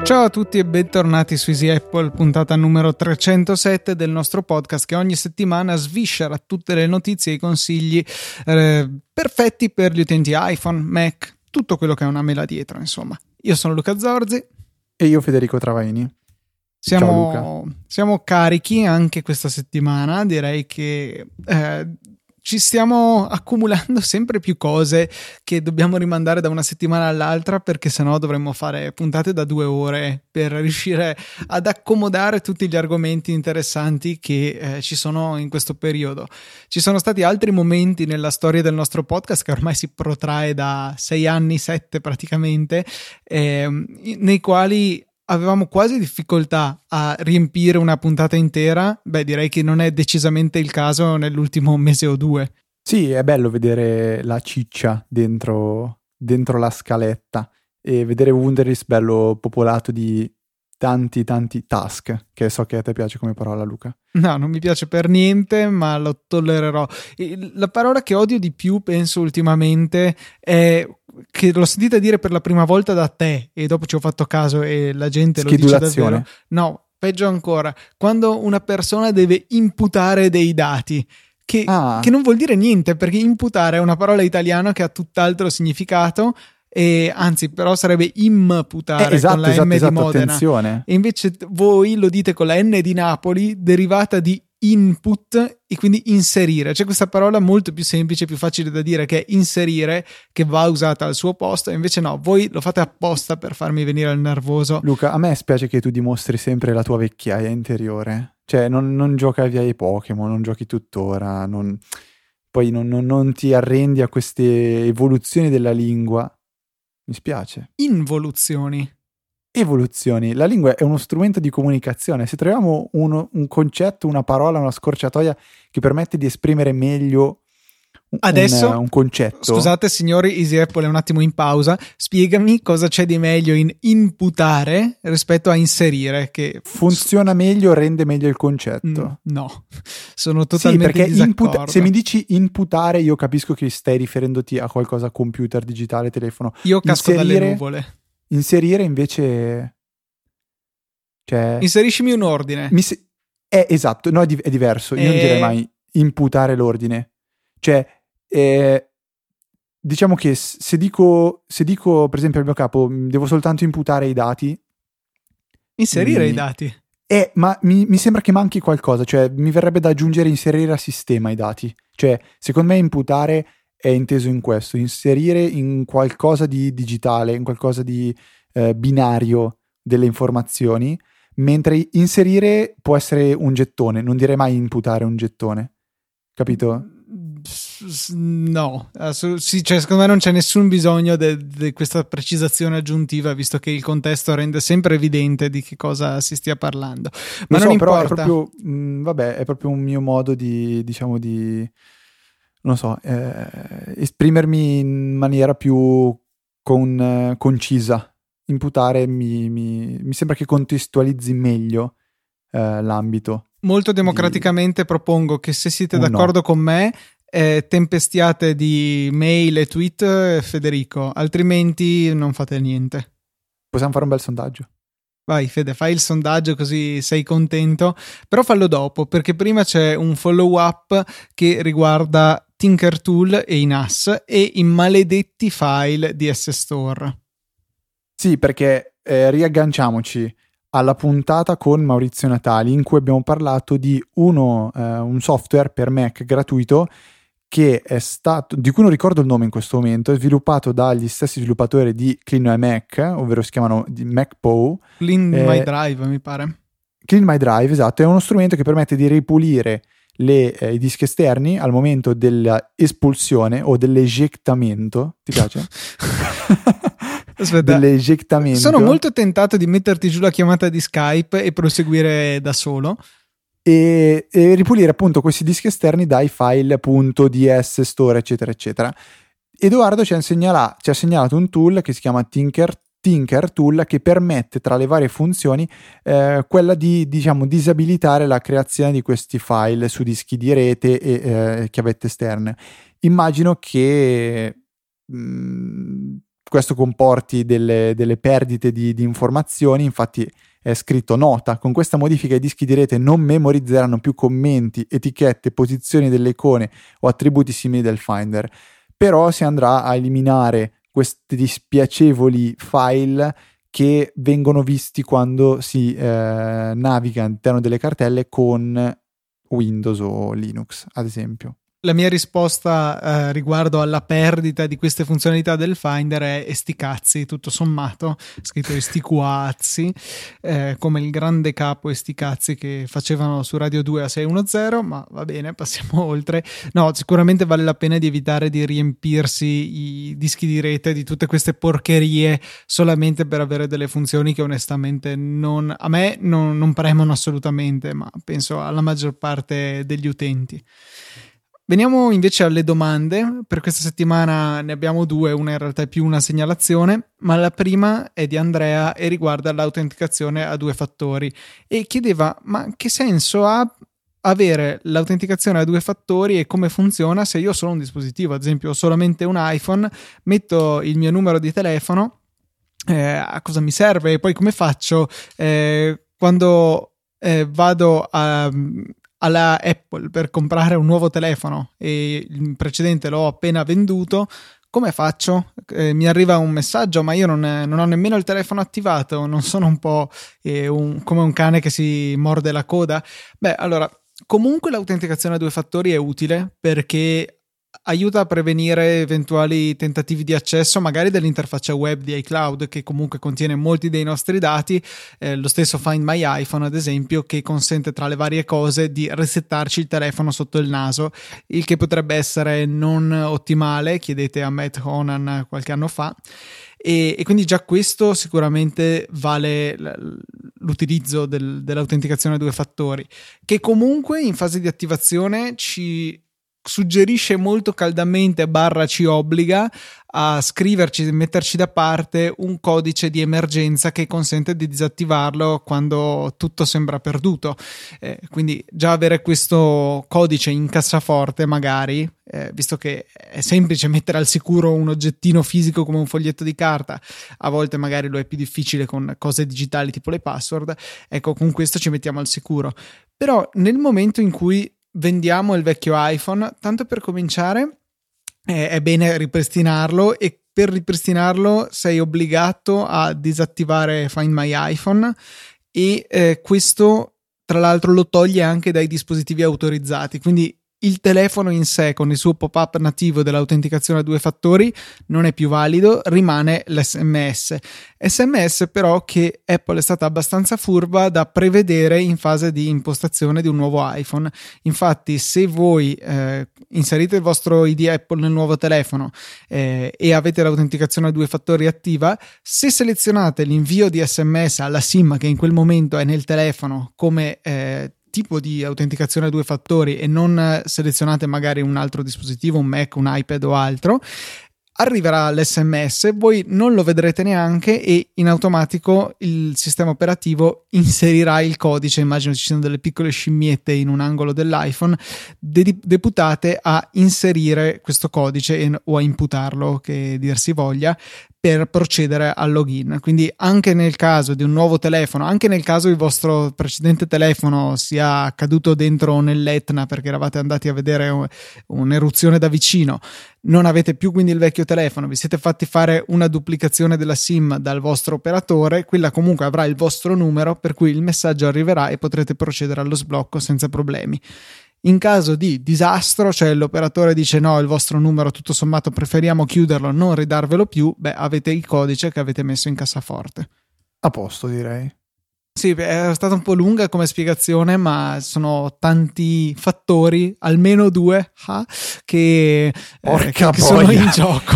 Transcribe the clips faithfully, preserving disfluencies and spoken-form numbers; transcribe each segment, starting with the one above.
Ciao a tutti e bentornati su Easy Apple, puntata numero trecentosette del nostro podcast che ogni settimana sviscera tutte le notizie e i consigli eh, perfetti per gli utenti iPhone, Mac, tutto quello che ha una mela dietro, insomma. Io sono Luca Zorzi. E io Federico Travaini. Siamo, Ciao Luca. Siamo carichi anche questa settimana, direi che eh, ci stiamo accumulando sempre più cose che dobbiamo rimandare da una settimana all'altra, perché sennò dovremmo fare puntate da due ore per riuscire ad accomodare tutti gli argomenti interessanti che eh, ci sono in questo periodo. Ci sono stati altri momenti nella storia del nostro podcast che ormai si protrae da sei anni, sette praticamente, eh, nei quali avevamo quasi difficoltà a riempire una puntata intera. Beh, direi che non è decisamente il caso nell'ultimo mese o due. Sì, è bello vedere la ciccia dentro, dentro la scaletta e vedere Wunderlist bello popolato di tanti tanti task, che so che a te piace come parola, Luca. No, non mi piace per niente, ma lo tollererò. La parola che odio di più, penso ultimamente, è che l'ho sentita dire per la prima volta da te e dopo ci ho fatto caso e la gente lo dice davvero. No, peggio ancora, quando una persona deve imputare dei dati, che, ah. che non vuol dire niente, perché imputare è una parola italiana che ha tutt'altro significato. E anzi, però sarebbe imputare eh, esatto, con la esatto, M esatto, di Modena. Attenzione. E invece voi lo dite con la N di Napoli, derivata di input, e quindi inserire. C'è questa parola molto più semplice, più facile da dire, che è inserire, che va usata al suo posto, e invece no, voi lo fate apposta per farmi venire il nervoso. Luca, a me spiace che tu dimostri sempre la tua vecchiaia interiore. Cioè, non, non giocavi ai Pokémon, non giochi tuttora, non... poi non, non, non ti arrendi a queste evoluzioni della lingua. Mi spiace. Involuzioni. Evoluzioni. La lingua è uno strumento di comunicazione. Se troviamo uno, un concetto, una parola, una scorciatoia che permette di esprimere meglio un, adesso un, un concetto. Scusate signori, Easy Apple è un attimo in pausa. Spiegami cosa c'è di meglio in imputare rispetto a inserire, che funziona meglio, rende meglio il concetto. Mm, no, sono totalmente sì, perché disaccordo. Input, se mi dici imputare, io capisco che stai riferendoti a qualcosa computer, digitale, telefono. Io casco inserire, dalle nuvole. Inserire invece, cioè, inseriscimi un ordine. Mi se... è esatto, no, è, di- è diverso. Io e... non direi mai imputare l'ordine. Cioè, eh, diciamo che se dico, se dico per esempio al mio capo devo soltanto imputare i dati, inserire mi... i dati. Eh, ma mi, mi sembra che manchi qualcosa, cioè mi verrebbe da aggiungere inserire a sistema i dati. Cioè, secondo me imputare è inteso in questo, inserire in qualcosa di digitale, in qualcosa di eh, binario delle informazioni, mentre inserire può essere un gettone, non direi mai imputare un gettone, capito? No, sì, cioè secondo me non c'è nessun bisogno di questa precisazione aggiuntiva, visto che il contesto rende sempre evidente di che cosa si stia parlando. Ma Lo non so, però importa. è proprio, mh, vabbè, è proprio un mio modo di, diciamo, di, non so, eh, esprimermi in maniera più con, eh, concisa. Imputare mi, mi, mi sembra che contestualizzi meglio eh, l'ambito. Molto democraticamente di... propongo che se siete uh, d'accordo no. con me, eh, tempestiate di mail e tweet eh, Federico, altrimenti non fate niente. Possiamo fare un bel sondaggio. Vai Fede, fai il sondaggio così sei contento, però fallo dopo, perché prima c'è un follow up che riguarda Tinkertool e i N A S e i maledetti file di S Store. Sì, perché eh, riagganciamoci alla puntata con Maurizio Natali in cui abbiamo parlato di uno, eh, un software per Mac gratuito che è stato, di cui non ricordo il nome in questo momento, è sviluppato dagli stessi sviluppatori di Clean My Mac, ovvero si chiamano di MacPo. Clean eh, My Drive mi pare. Clean My Drive, esatto, è uno strumento che permette di ripulire le, eh, i dischi esterni al momento dell'espulsione o dell'ejectamento. Ti piace? Aspetta, dell'ejectamento. Sono molto tentato di metterti giù la chiamata di Skype e proseguire da solo. E, e ripulire appunto questi dischi esterni dai file appunto D S, Store, eccetera, eccetera. Edoardo ci ha, segnala, ci ha segnalato un tool che si chiama Tinker, Tinker Tool, che permette tra le varie funzioni eh, quella di, diciamo, disabilitare la creazione di questi file su dischi di rete e eh, chiavette esterne. Immagino che mh, questo comporti delle, delle perdite di, di informazioni. Infatti è scritto: nota, con questa modifica i dischi di rete non memorizzeranno più commenti, etichette, posizioni delle icone o attributi simili del Finder, però si andrà a eliminare questi dispiacevoli file che vengono visti quando si eh, naviga all'interno delle cartelle con Windows o Linux, ad esempio. La mia risposta eh, riguardo alla perdita di queste funzionalità del Finder è e sti cazzi, tutto sommato, scritto e sti cuazzi, eh, come il grande capo e sti cazzi che facevano su Radio due a sei uno zero, ma va bene, passiamo oltre. No, sicuramente vale la pena di evitare di riempirsi i dischi di rete di tutte queste porcherie solamente per avere delle funzioni che onestamente non, a me non, non premono assolutamente, ma penso alla maggior parte degli utenti. Veniamo invece alle domande. Per questa settimana ne abbiamo due, una in realtà è più una segnalazione, ma la prima è di Andrea e riguarda l'autenticazione a due fattori e chiedeva: ma che senso ha avere l'autenticazione a due fattori e come funziona se io ho solo un dispositivo, ad esempio ho solamente un iPhone, metto il mio numero di telefono, eh, a cosa mi serve e poi come faccio eh, quando eh, vado a alla Apple per comprare un nuovo telefono e il precedente l'ho appena venduto, come faccio? Eh, mi arriva un messaggio, ma io non, non ho nemmeno il telefono attivato, non sono un po' eh, un, come un cane che si morde la coda? Beh, allora, comunque l'autenticazione a due fattori è utile perché aiuta a prevenire eventuali tentativi di accesso magari dell'interfaccia web di iCloud, che comunque contiene molti dei nostri dati, eh, lo stesso Find My iPhone ad esempio, che consente tra le varie cose di resettarci il telefono sotto il naso, il che potrebbe essere non ottimale, chiedete a Matt Honan qualche anno fa. E, e quindi già questo sicuramente vale l'utilizzo del, dell'autenticazione a due fattori, che comunque in fase di attivazione ci suggerisce molto caldamente barra ci obbliga a scriverci, metterci da parte un codice di emergenza che consente di disattivarlo quando tutto sembra perduto, eh, quindi già avere questo codice in cassaforte magari, eh, visto che è semplice mettere al sicuro un oggettino fisico come un foglietto di carta, a volte magari lo è più difficile con cose digitali tipo le password, ecco, con questo ci mettiamo al sicuro. Però nel momento in cui vendiamo il vecchio iPhone, tanto per cominciare eh, è bene ripristinarlo, e per ripristinarlo sei obbligato a disattivare Find My iPhone e eh, questo tra l'altro lo toglie anche dai dispositivi autorizzati, quindi il telefono in sé con il suo pop-up nativo dell'autenticazione a due fattori non è più valido, rimane l'esse emme esse. esse emme esse però che Apple è stata abbastanza furba da prevedere in fase di impostazione di un nuovo iPhone. Infatti se voi eh, inserite il vostro I D Apple nel nuovo telefono eh, e avete l'autenticazione a due fattori attiva, se selezionate l'invio di esse emme esse alla SIM che in quel momento è nel telefono come eh, tipo di autenticazione a due fattori e non selezionate magari un altro dispositivo, un Mac, un iPad o altro, arriverà l'esse emme esse, voi non lo vedrete neanche e in automatico il sistema operativo inserirà il codice. Immagino ci siano delle piccole scimmiette in un angolo dell'iPhone de- deputate a inserire questo codice e, o a imputarlo, che dir si voglia, per procedere al login. Quindi anche nel caso di un nuovo telefono, anche nel caso il vostro precedente telefono sia caduto dentro nell'Etna perché eravate andati a vedere un'eruzione da vicino, non avete più quindi il vecchio telefono, vi siete fatti fare una duplicazione della SIM dal vostro operatore, quella comunque avrà il vostro numero, per cui il messaggio arriverà e potrete procedere allo sblocco senza problemi. In caso di disastro, cioè l'operatore dice no, il vostro numero tutto sommato preferiamo chiuderlo, non ridarvelo più, beh, avete il codice che avete messo in cassaforte. A posto, direi. Sì, è stata un po' lunga come spiegazione, ma sono tanti fattori, almeno due, ah, che, eh, che, che sono in gioco.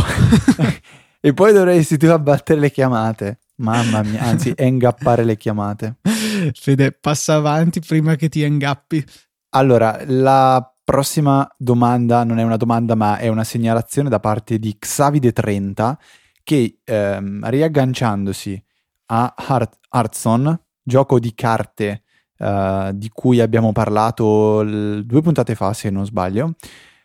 E poi dovresti tu abbattere le chiamate. Mamma mia, anzi, engappare le chiamate. Fede, passa avanti prima che ti engappi. Allora, la prossima domanda non è una domanda ma è una segnalazione da parte di Xavide trenta che ehm, riagganciandosi a Heart- Hearthstone, gioco di carte uh, di cui abbiamo parlato l- due puntate fa se non sbaglio,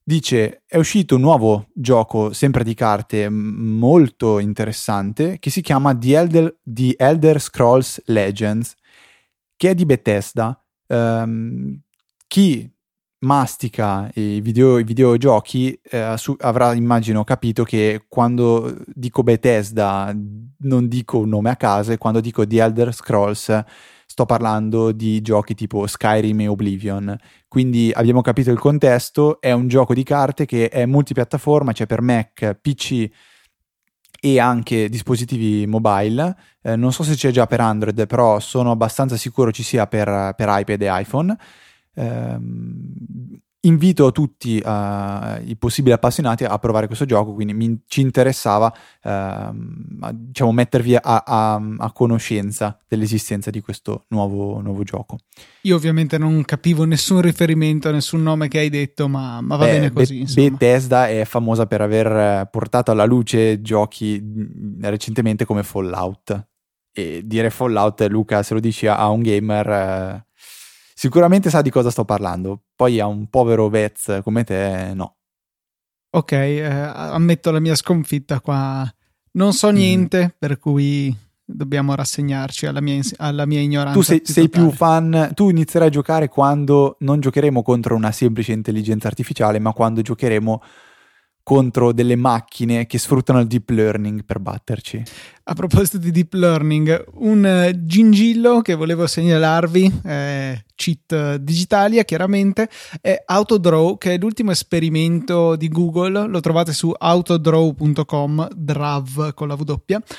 Dice, è uscito un nuovo gioco, sempre di carte, m- molto interessante, che si chiama The Elder, The Elder Scrolls Legends, che è di Bethesda. Um, chi mastica i, video, i videogiochi eh, su, avrà, immagino, capito che quando dico Bethesda non dico un nome a caso, e quando dico The Elder Scrolls sto parlando di giochi tipo Skyrim e Oblivion. Quindi abbiamo capito il contesto, è un gioco di carte che è multipiattaforma, c'è per Mac, P C e anche dispositivi mobile. Eh, non so se c'è già per Android, però sono abbastanza sicuro ci sia per, per iPad e iPhone. Eh, invito tutti uh, i possibili appassionati a provare questo gioco, quindi mi, ci interessava uh, diciamo mettervi a, a, a conoscenza dell'esistenza di questo nuovo, nuovo gioco. Io ovviamente non capivo nessun riferimento a nessun nome che hai detto, ma, ma va Beh, bene così. Be- insomma. Bethesda è famosa per aver portato alla luce giochi recentemente come Fallout, e dire Fallout, Luca, se lo dici a, a un gamer eh, sicuramente sa di cosa sto parlando, poi a un povero Vez come te no. Ok, eh, ammetto la mia sconfitta qua, non so niente, mm. per cui dobbiamo rassegnarci alla mia, alla mia ignoranza. Tu sei, più, sei più fan, tu inizierai a giocare quando non giocheremo contro una semplice intelligenza artificiale, ma quando giocheremo contro delle macchine che sfruttano il deep learning per batterci. A proposito di deep learning, un uh, gingillo che volevo segnalarvi, eh, cheat digitalia chiaramente, è Autodraw, che è l'ultimo esperimento di Google. Lo trovate su autodraw punto com, drav con la W,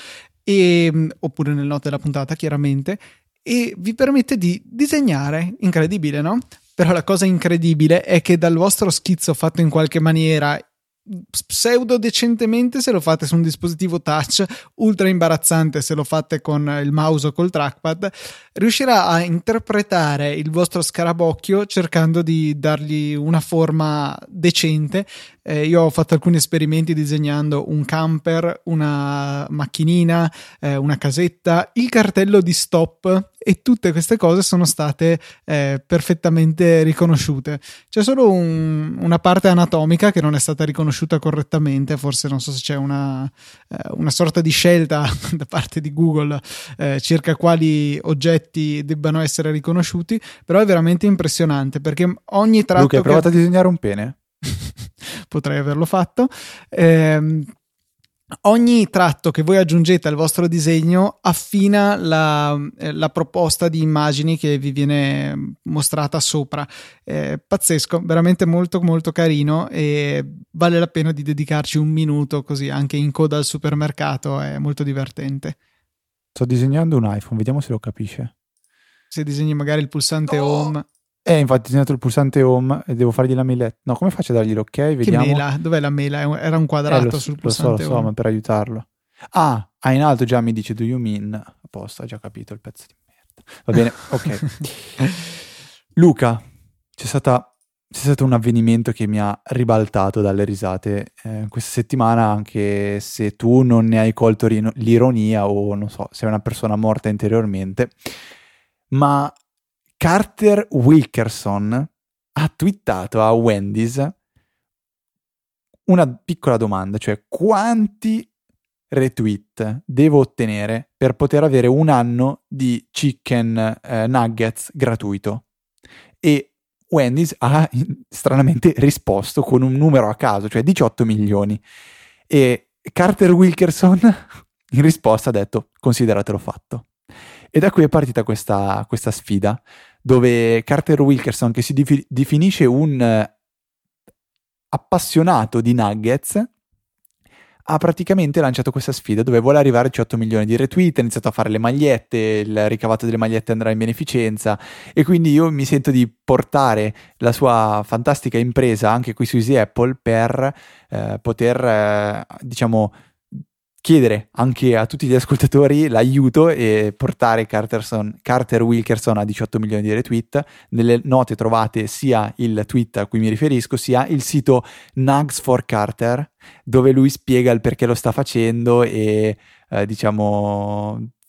e, oppure nel note della puntata chiaramente, e vi permette di disegnare. Incredibile, no? Però la cosa incredibile è che dal vostro schizzo fatto in qualche maniera pseudo decentemente se lo fate su un dispositivo touch, ultra imbarazzante se lo fate con il mouse o col trackpad, riuscirà a interpretare il vostro scarabocchio cercando di dargli una forma decente. Eh, io ho fatto alcuni esperimenti disegnando un camper, una macchinina, eh, una casetta, il cartello di stop, e tutte queste cose sono state eh, perfettamente riconosciute. C'è solo un, una parte anatomica che non è stata riconosciuta correttamente, forse non so se c'è una, eh, una sorta di scelta da parte di Google eh, circa quali oggetti debbano essere riconosciuti, però è veramente impressionante perché ogni tratto... Luca, hai provato che... a disegnare un pene? Potrei averlo fatto. Eh, ogni tratto che voi aggiungete al vostro disegno affina la, la proposta di immagini che vi viene mostrata sopra. Eh, pazzesco, veramente molto molto carino, e vale la pena di dedicarci un minuto così anche in coda al supermercato, è molto divertente. Sto disegnando un iPhone, vediamo se lo capisce. Se disegni magari il pulsante no. home... Eh, infatti ho disegnato il pulsante home e devo fargli la meletta. No, come faccio a dargli l'ok? Vediamo. Che mela? Dov'è la mela? Era un quadrato eh, lo, sul pulsante lo so, lo so, home. ma per aiutarlo. Ah, ah, in alto già mi dice do you mean? A posto, ha già capito il pezzo di merda. Va bene, ok. Luca, c'è stata, c'è stato un avvenimento che mi ha ribaltato dalle risate eh, questa settimana, anche se tu non ne hai colto rino- l'ironia o non so, sei una persona morta interiormente, ma Carter Wilkerson ha twittato a Wendy's una piccola domanda, cioè quanti retweet devo ottenere per poter avere un anno di chicken eh, nuggets gratuito? E Wendy's ha stranamente risposto con un numero a caso, cioè diciotto milioni, e Carter Wilkerson in risposta ha detto consideratelo fatto. E da qui è partita questa, questa sfida, dove Carter Wilkerson, che si difi- definisce un eh, appassionato di nuggets, ha praticamente lanciato questa sfida dove vuole arrivare a diciotto milioni di retweet, ha iniziato a fare le magliette, il ricavato delle magliette andrà in beneficenza, e quindi io mi sento di portare la sua fantastica impresa anche qui su Easy Apple per eh, poter, eh, diciamo, chiedere anche a tutti gli ascoltatori l'aiuto e portare Carterson, Carter Wilkerson a diciotto milioni di retweet. Nelle note trovate sia il tweet a cui mi riferisco, sia il sito Nugs for Carter, dove lui spiega il perché lo sta facendo e eh, diciamo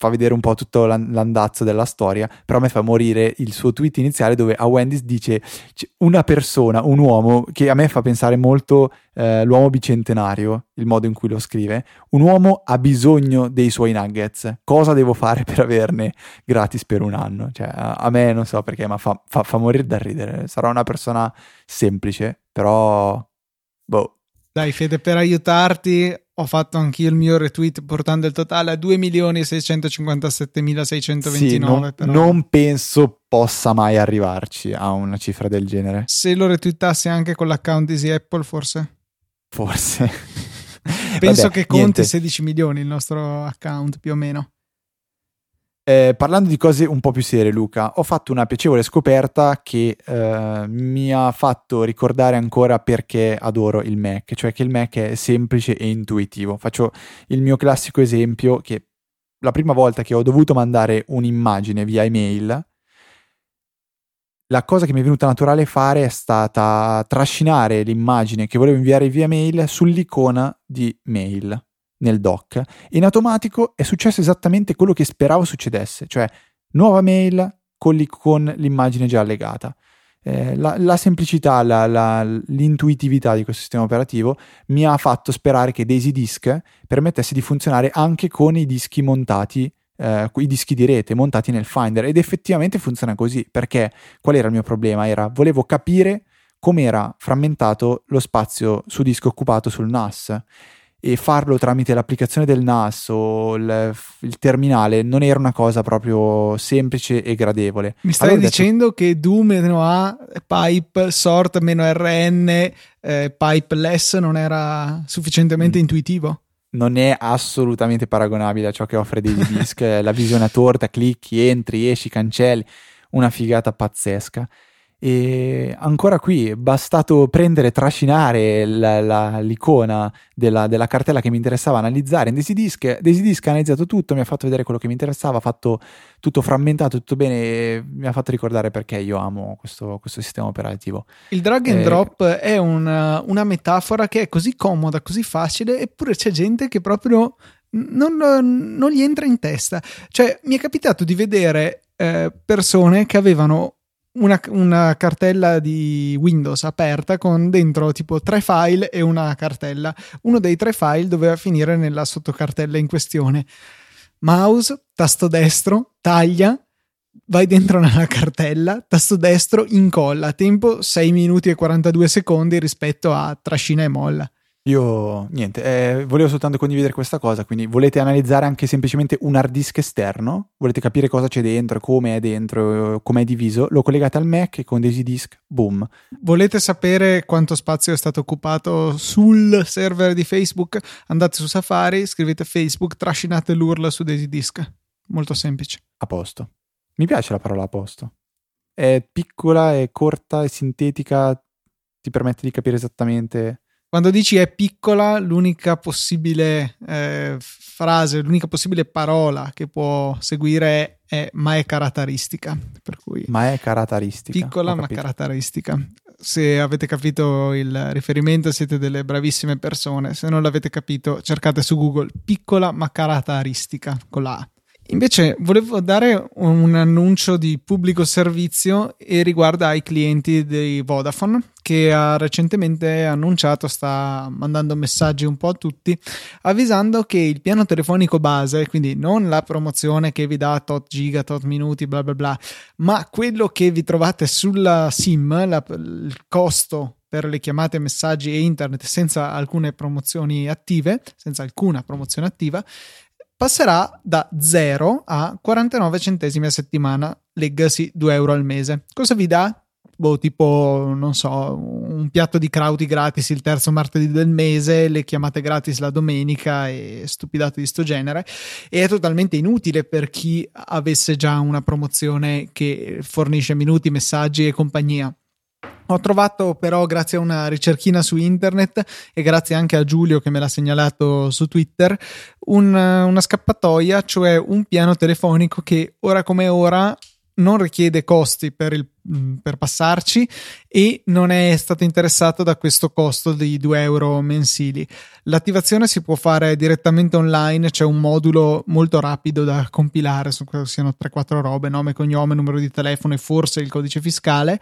fa vedere un po' tutto l'andazzo della storia, però a me fa morire il suo tweet iniziale dove a Wendy's dice una persona, un uomo, che a me fa pensare molto eh, l'uomo bicentenario, il modo in cui lo scrive, un uomo ha bisogno dei suoi nuggets, cosa devo fare per averne gratis per un anno? Cioè a, a me non so perché, ma fa, fa, fa morire da ridere. Sarò una persona semplice, però boh. Dai Fede, per aiutarti ho fatto anch'io il mio retweet portando il totale a due milioni seicentocinquantasettemilaseicentoventinove. Sì, non, non penso possa mai arrivarci a una cifra del genere. Se lo retweetassi anche con l'account Easy Apple, forse? Forse. Penso Vabbè, che conti niente. sedici milioni il nostro account, più o meno. Eh, parlando di cose un po' più serie, Luca, ho fatto una piacevole scoperta che eh, mi ha fatto ricordare ancora perché adoro il Mac, cioè che il Mac è semplice e intuitivo. Faccio il mio classico esempio che la prima volta che ho dovuto mandare un'immagine via email, la cosa che mi è venuta naturale fare è stata trascinare l'immagine che volevo inviare via mail sull'icona di mail nel dock. In automatico è successo esattamente quello che speravo succedesse, cioè nuova mail con, con l'immagine già allegata. Eh, la, la semplicità, la, la, l'intuitività di questo sistema operativo mi ha fatto sperare che Daisy Disk permettesse di funzionare anche con i dischi montati, eh, i dischi di rete montati nel Finder, ed effettivamente funziona così. Perché qual era il mio problema? Era volevo capire come era frammentato lo spazio su disco occupato sul N A S, e farlo tramite l'applicazione del N A S o il, il terminale non era una cosa proprio semplice e gradevole. Mi stai allora dicendo detto, che do-a pipe sort-rn eh, pipeless non era sufficientemente mm. intuitivo? Non è assolutamente paragonabile a ciò che offre Daisy Disk. La visione a torta, clicchi, entri, esci, cancelli, una figata pazzesca. E ancora qui è bastato prendere, trascinare la, la, l'icona della, della cartella che mi interessava analizzare in Daisy Disk. Daisy Disk ha analizzato tutto, mi ha fatto vedere quello che mi interessava, ha fatto tutto frammentato, tutto bene, e mi ha fatto ricordare perché io amo questo, questo sistema operativo. Il drag and eh, drop è una, una metafora che è così comoda, così facile, eppure c'è gente che proprio non, non gli entra in testa. Cioè mi è capitato di vedere eh, persone che avevano Una, una cartella di Windows aperta con dentro tipo tre file e una cartella. Uno dei tre file doveva finire nella sottocartella in questione. Mouse, tasto destro, taglia, vai dentro nella cartella, tasto destro, incolla. Tempo sei minuti e quarantadue secondi rispetto a trascina e molla. Io niente, eh, volevo soltanto condividere questa cosa. Quindi volete analizzare anche semplicemente un hard disk esterno, volete capire cosa c'è dentro, come è dentro, come è diviso, lo collegate al Mac e con Daisy Disk, boom. Volete sapere quanto spazio è stato occupato sul server di Facebook? Andate su Safari, scrivete Facebook, trascinate l'U R L su Daisy Disk. Molto semplice. A posto. Mi piace la parola a posto. È piccola, è corta, è sintetica, ti permette di capire esattamente. Quando dici è piccola, l'unica possibile eh, frase, l'unica possibile parola che può seguire è ma è caratteristica. Per cui ma è caratteristica. Piccola ma caratteristica. Se avete capito il riferimento siete delle bravissime persone, se non l'avete capito cercate su Google piccola ma caratteristica con la A. Invece volevo dare un annuncio di pubblico servizio e riguarda i clienti di Vodafone, che ha recentemente annunciato, sta mandando messaggi un po' a tutti, avvisando che il piano telefonico base, quindi non la promozione che vi dà tot giga, tot minuti, bla bla bla, ma quello che vi trovate sulla SIM, la, il costo per le chiamate, messaggi e internet senza alcune promozioni attive, senza alcuna promozione attiva, passerà da zero a quarantanove centesimi a settimana, leggasi due euro al mese. Cosa vi dà? Boh, tipo, non so, un piatto di crauti gratis il terzo martedì del mese, le chiamate gratis la domenica e stupidate di sto genere. E è totalmente inutile per chi avesse già una promozione che fornisce minuti, messaggi e compagnia. Ho trovato però, grazie a una ricerchina su internet e grazie anche a Giulio che me l'ha segnalato su Twitter, un, una scappatoia, cioè un piano telefonico che ora come ora non richiede costi per, il, per passarci e non è stato interessato da questo costo di due euro mensili. L'attivazione si può fare direttamente online, c'è un modulo molto rapido da compilare, siano tre quattro robe, nome, cognome, numero di telefono e forse il codice fiscale,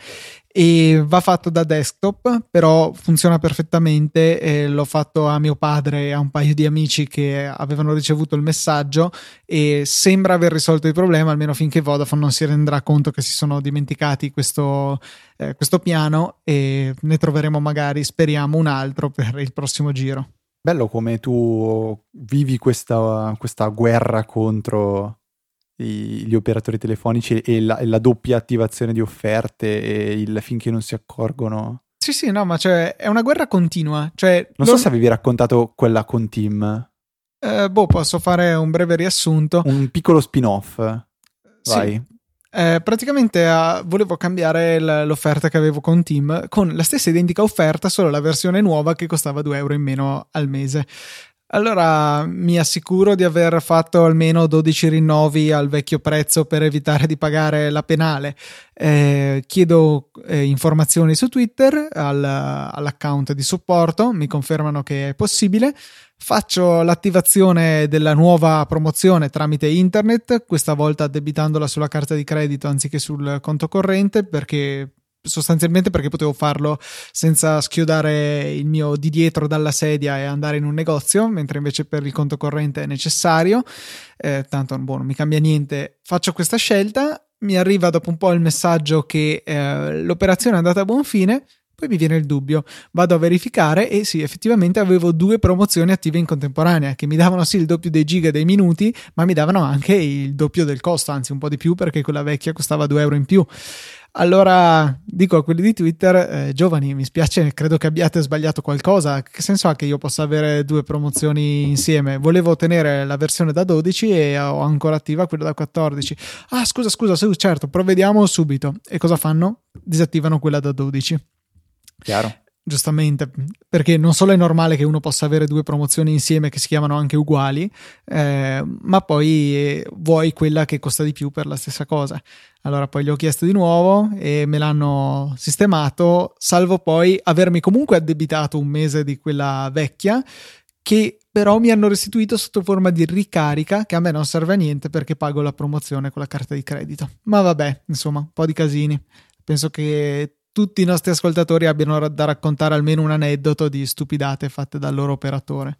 e va fatto da desktop, però funziona perfettamente. Eh, l'ho fatto a mio padre e a un paio di amici che avevano ricevuto il messaggio e sembra aver risolto il problema, almeno finché Vodafone non si renderà conto che si sono dimenticati questo, eh, questo piano, e ne troveremo magari, speriamo, un altro per il prossimo giro. Bello come tu vivi questa, questa guerra contro i, gli operatori telefonici e la, e la doppia attivazione di offerte e il finché non si accorgono. Sì, sì, no, ma cioè è una guerra continua. Cioè, non lo... so se avevi raccontato quella con Tim. Eh, boh, posso fare un breve riassunto. Un piccolo spin-off. Vai. Sì. Eh, praticamente uh, volevo cambiare l- l'offerta che avevo con Tim con la stessa identica offerta, solo la versione nuova che costava due euro in meno al mese. Allora mi assicuro di aver fatto almeno dodici rinnovi al vecchio prezzo per evitare di pagare la penale. Eh, chiedo eh, informazioni su Twitter al, all'account di supporto, mi confermano che è possibile. Faccio l'attivazione della nuova promozione tramite internet, questa volta addebitandola sulla carta di credito anziché sul conto corrente, perché sostanzialmente perché potevo farlo senza schiodare il mio di dietro dalla sedia e andare in un negozio, mentre invece per il conto corrente è necessario. Eh, tanto boh, non mi cambia niente. Faccio questa scelta, mi arriva dopo un po' il messaggio che eh, l'operazione è andata a buon fine. Poi mi viene il dubbio, vado a verificare e sì, effettivamente avevo due promozioni attive in contemporanea che mi davano sì il doppio dei giga e dei minuti, ma mi davano anche il doppio del costo, anzi un po' di più, perché quella vecchia costava due euro in più. Allora dico a quelli di Twitter, eh, giovani, mi spiace, credo che abbiate sbagliato qualcosa. Che senso ha che io possa avere due promozioni insieme? Volevo ottenere la versione da dodici e ho ancora attiva quella da quattordici. Ah, scusa, scusa, sì, certo, provvediamo subito. E cosa fanno? Disattivano quella da dodici. Chiaro. Giustamente, perché non solo è normale che uno possa avere due promozioni insieme che si chiamano anche uguali, eh, ma poi eh, vuoi quella che costa di più per la stessa cosa. Allora poi gli ho chiesto di nuovo e me l'hanno sistemato, salvo poi avermi comunque addebitato un mese di quella vecchia, che però mi hanno restituito sotto forma di ricarica, che a me non serve a niente perché pago la promozione con la carta di credito. Ma vabbè, insomma, un po' di casini. Penso che tutti i nostri ascoltatori abbiano da raccontare almeno un aneddoto di stupidate fatte dal loro operatore.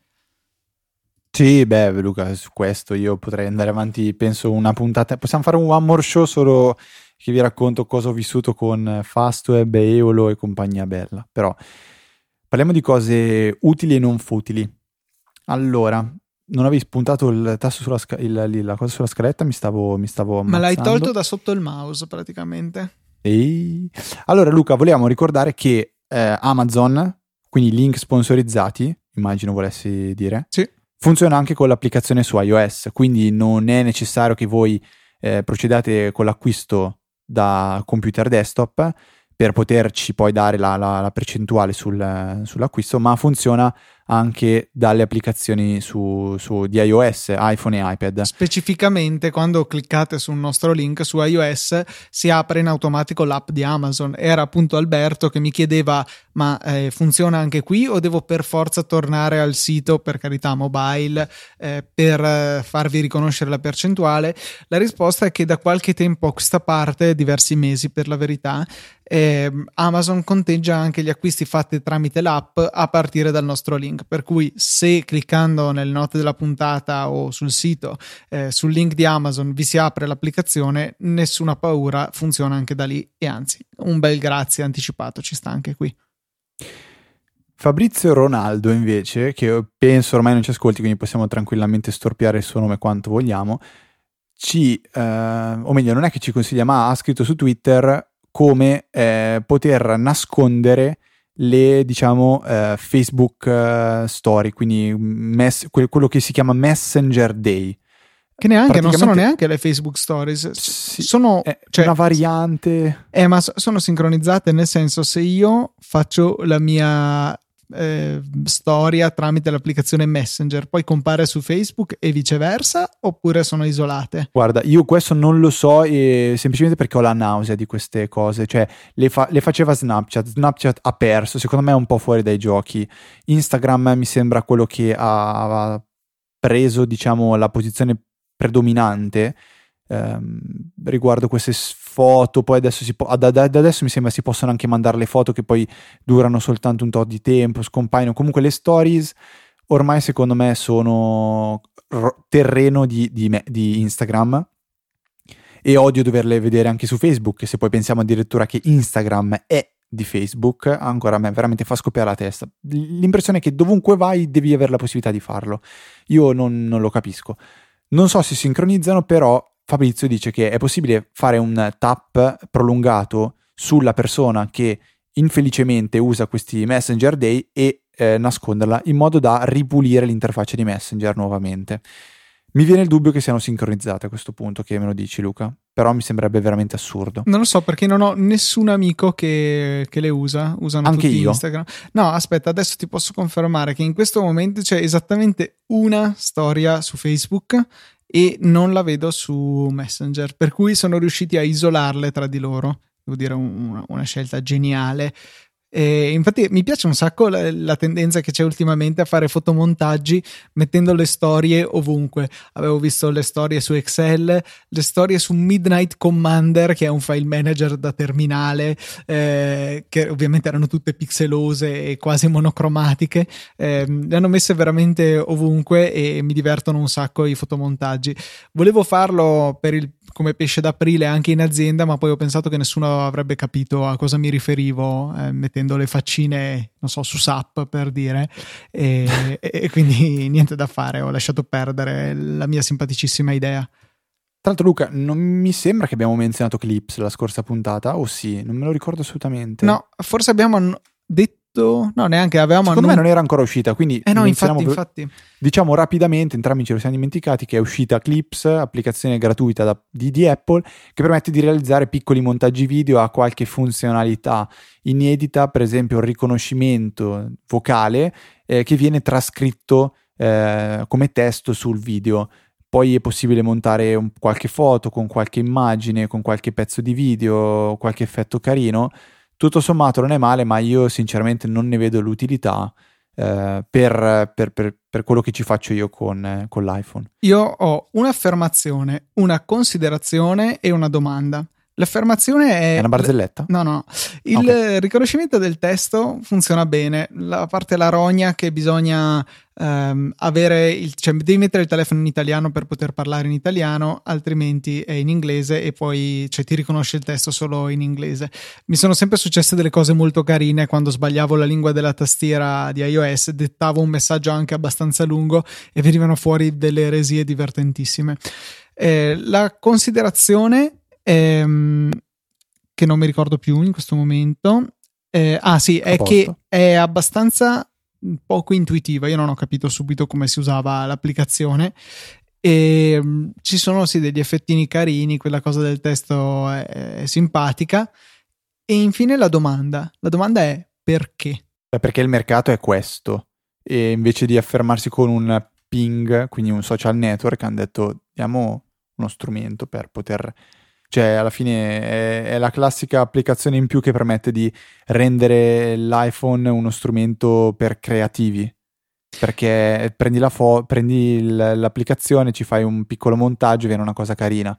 Sì, beh, Luca, su questo io potrei andare avanti, penso una puntata. Possiamo fare un one more show solo che vi racconto cosa ho vissuto con Fastweb, Eolo e compagnia bella. Però parliamo di cose utili e non futili. Allora, non avevi spuntato il tasto sulla sca- il, il, la cosa sulla scaletta, mi stavo mi stavo ammazzando. Ma l'hai tolto da sotto il mouse praticamente. E... Allora Luca, volevamo ricordare che eh, Amazon, quindi link sponsorizzati, immagino volessi dire, sì, funziona anche con l'applicazione su iOS, quindi non è necessario che voi eh, procedate con l'acquisto da computer desktop per poterci poi dare la, la, la percentuale sul, sull'acquisto, ma funziona anche dalle applicazioni su, su di iOS, iPhone e iPad. Specificamente quando cliccate sul nostro link su iOS si apre in automatico l'app di Amazon. Era appunto Alberto che mi chiedeva ma eh, funziona anche qui o devo per forza tornare al sito, per carità mobile, eh, per eh, farvi riconoscere la percentuale? La risposta è che da qualche tempo a questa parte, diversi mesi per la verità, eh, Amazon conteggia anche gli acquisti fatti tramite l'app a partire dal nostro link. Per cui se cliccando nelle note della puntata o sul sito eh, sul link di Amazon vi si apre l'applicazione, nessuna paura, funziona anche da lì, e anzi un bel grazie anticipato ci sta anche qui. Fabrizio Ronaldo invece, che penso ormai non ci ascolti, quindi possiamo tranquillamente storpiare il suo nome quanto vogliamo, ci eh, o meglio non è che ci consiglia, ma ha scritto su Twitter come eh, poter nascondere le diciamo eh, Facebook uh, story, quindi mess- que- quello che si chiama Messenger Day, che neanche non sono neanche le Facebook Stories, sì, sono è cioè, una variante eh ma sono sincronizzate, nel senso, se io faccio la mia eh, storia tramite l'applicazione Messenger poi compare su Facebook e viceversa, oppure sono isolate? Guarda, io questo non lo so, e semplicemente perché ho la nausea di queste cose. Cioè, le, fa- le faceva Snapchat, Snapchat ha perso, secondo me è un po' fuori dai giochi. Instagram mi sembra quello che ha preso, diciamo, la posizione predominante ehm, riguardo queste foto. Poi adesso si può, da, da, da adesso mi sembra si possono anche mandare le foto che poi durano soltanto un tot di tempo, scompaiono. Comunque le stories ormai secondo me sono ro- terreno di, di, me, di Instagram, e odio doverle vedere anche su Facebook. Se poi pensiamo addirittura che Instagram è di Facebook, ancora a me veramente fa scoppiare la testa. L'impressione è che dovunque vai devi avere la possibilità di farlo. Io non, non lo capisco. Non so se sincronizzano, però Fabrizio dice che è possibile fare un tap prolungato sulla persona che infelicemente usa questi Messenger Day e eh, nasconderla, in modo da ripulire l'interfaccia di Messenger nuovamente. Mi viene il dubbio che siano sincronizzate a questo punto, che me lo dici, Luca, però mi sembrerebbe veramente assurdo. Non lo so, perché non ho nessun amico che, che le usa, usano Anche tutti io. Instagram. No, aspetta, adesso ti posso confermare che in questo momento c'è esattamente una storia su Facebook e non la vedo su Messenger, per cui sono riusciti a isolarle tra di loro. Devo dire, un, una scelta geniale. E infatti mi piace un sacco la, la tendenza che c'è ultimamente a fare fotomontaggi mettendo le storie ovunque. Avevo visto le storie su Excel, le storie su Midnight Commander, che è un file manager da terminale, eh, che ovviamente erano tutte pixelose e quasi monocromatiche. Eh, le hanno messe veramente ovunque e mi divertono un sacco i fotomontaggi. Volevo farlo per il come pesce d'aprile anche in azienda, ma poi ho pensato che nessuno avrebbe capito a cosa mi riferivo eh, mettendo le faccine, non so, su S A P per dire, e, e quindi niente da fare, ho lasciato perdere la mia simpaticissima idea. Tra l'altro, Luca, non mi sembra che abbiamo menzionato Clips la scorsa puntata, o sì? Non me lo ricordo assolutamente. No, forse abbiamo an- detto no, neanche avevamo secondo annun- me non era ancora uscita, quindi eh no, infatti, ve- infatti diciamo rapidamente, entrambi ce lo siamo dimenticati, che è uscita Clips, applicazione gratuita da, di, di Apple, che permette di realizzare piccoli montaggi video, a qualche funzionalità inedita, per esempio il riconoscimento vocale eh, che viene trascritto eh, come testo sul video. Poi è possibile montare un, qualche foto con qualche immagine, con qualche pezzo di video, qualche effetto carino. Tutto sommato non è male, ma io sinceramente non ne vedo l'utilità eh, per, per, per, per quello che ci faccio io con, eh, con l'iPhone. io ho un'affermazione, una considerazione e una domanda. L'affermazione è... È una barzelletta? No, no. Il Okay. riconoscimento del testo funziona bene. La parte la rogna che bisogna ehm, avere... Il, cioè devi mettere il telefono in italiano per poter parlare in italiano, altrimenti è in inglese e poi cioè, ti riconosce il testo solo in inglese. Mi sono sempre successe delle cose molto carine quando sbagliavo la lingua della tastiera di iOS, dettavo un messaggio anche abbastanza lungo e venivano fuori delle eresie divertentissime. Eh, la considerazione... Ehm, che non mi ricordo più in questo momento eh, ah sì, è che è abbastanza poco intuitiva. Io non ho capito subito come si usava l'applicazione e um, ci sono sì degli effettini carini, quella cosa del testo è, è simpatica. E infine la domanda la domanda è perché? Perché il mercato è questo, e invece di affermarsi con un ping, quindi un social network, hanno detto diamo uno strumento per poter... Cioè, alla fine è, è la classica applicazione in più che permette di rendere l'iPhone uno strumento per creativi. Perché prendi, la fo- prendi il, l'applicazione, ci fai un piccolo montaggio, viene una cosa carina.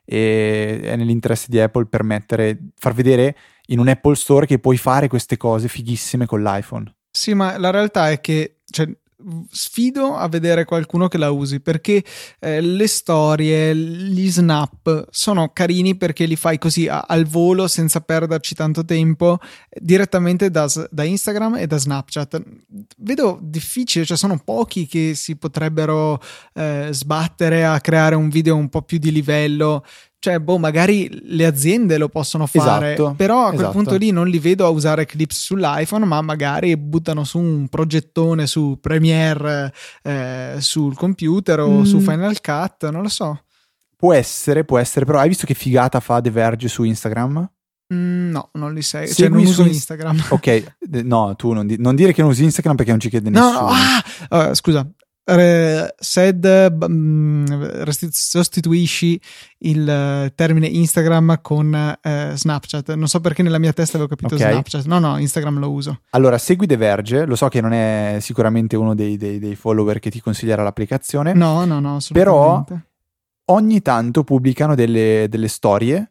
E è nell'interesse di Apple permettere, far vedere in un Apple Store che puoi fare queste cose fighissime con l'iPhone. Sì, ma la realtà è che... Cioè, sfido a vedere qualcuno che la usi, perché eh, le storie, gli snap sono carini perché li fai così a, al volo senza perderci tanto tempo direttamente da, da Instagram e da Snapchat. Vedo difficile, cioè sono pochi che si potrebbero eh, sbattere a creare un video un po' più di livello. Cioè, boh, magari le aziende lo possono fare, esatto, però a quel esatto. punto lì non li vedo a usare Clips sull'iPhone, ma magari buttano su un progettone su Premiere eh, sul computer o mm. su Final Cut, non lo so. Può essere, può essere, però hai visto che figata fa The Verge su Instagram? Mm, no, non li sei. Cioè, Segui non uso su Instagram. Ok, no, tu non, di- non dire che non usi Instagram perché non ci chiede No, nessuno. no, ah! Uh, scusa. Re, Sed b- mh, resti- sostituisci il eh, termine Instagram con eh, Snapchat. Non so perché nella mia testa avevo capito Ok. Snapchat. No, no, Instagram lo uso. Allora, segui The Verge, lo so che non è sicuramente uno dei, dei- dei follower che ti consiglierà l'applicazione, No, no, no, però assolutamente. ogni tanto pubblicano delle, delle storie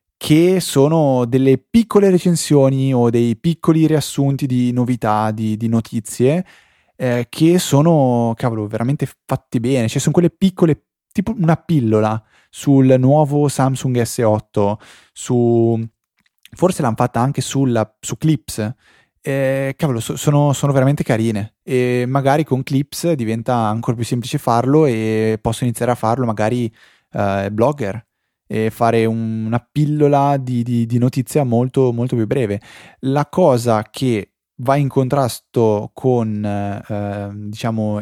che sono delle piccole recensioni o dei piccoli riassunti di novità, di, di notizie, eh, che sono, cavolo, veramente fatti bene. Cioè, sono quelle piccole, tipo una pillola sul nuovo Samsung S otto, su... forse l'hanno fatta anche sulla, su Clips. Eh, cavolo, so- sono, sono veramente carine e magari con Clips diventa ancora più semplice farlo e posso iniziare a farlo magari eh, blogger e fare un- una pillola di, di- di notizia molto, molto più breve. La cosa che va in contrasto con, eh, diciamo,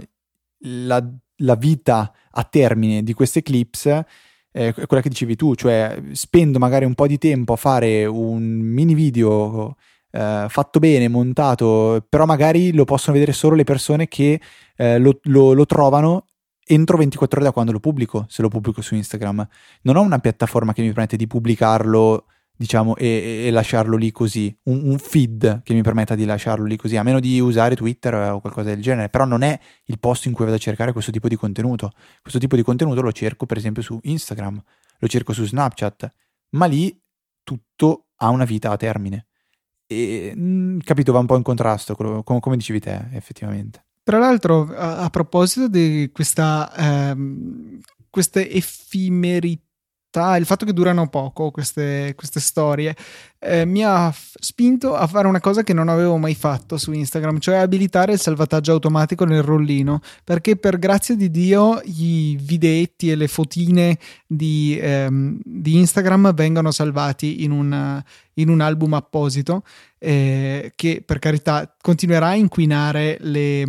la, la vita a termine di queste clips eh, è quella che dicevi tu, cioè spendo magari un po' di tempo a fare un mini video eh, fatto bene, montato, però magari lo possono vedere solo le persone che eh, lo, lo- lo trovano entro ventiquattro ore da quando lo pubblico, se lo pubblico su Instagram. Non ho una piattaforma che mi permette di pubblicarlo, diciamo, e, e lasciarlo lì così, un, un feed che mi permetta di lasciarlo lì così, a meno di usare Twitter eh, o qualcosa del genere, però non è il posto in cui vado a cercare questo tipo di contenuto. Questo tipo di contenuto lo cerco per esempio su Instagram, lo cerco su Snapchat, ma lì tutto ha una vita a termine. E mh, capito, va un po' in contrasto, quello- com- come dicevi te, effettivamente. Tra l'altro, a, a proposito di questa, ehm, queste effimerità, il fatto che durano poco queste, queste storie, eh, mi ha f- spinto a fare una cosa che non avevo mai fatto su Instagram, cioè abilitare il salvataggio automatico nel rollino, perché per grazia di Dio i videetti e le fotine di, ehm, di Instagram vengono salvati in un, in un album apposito eh, che per carità continuerà a inquinare le,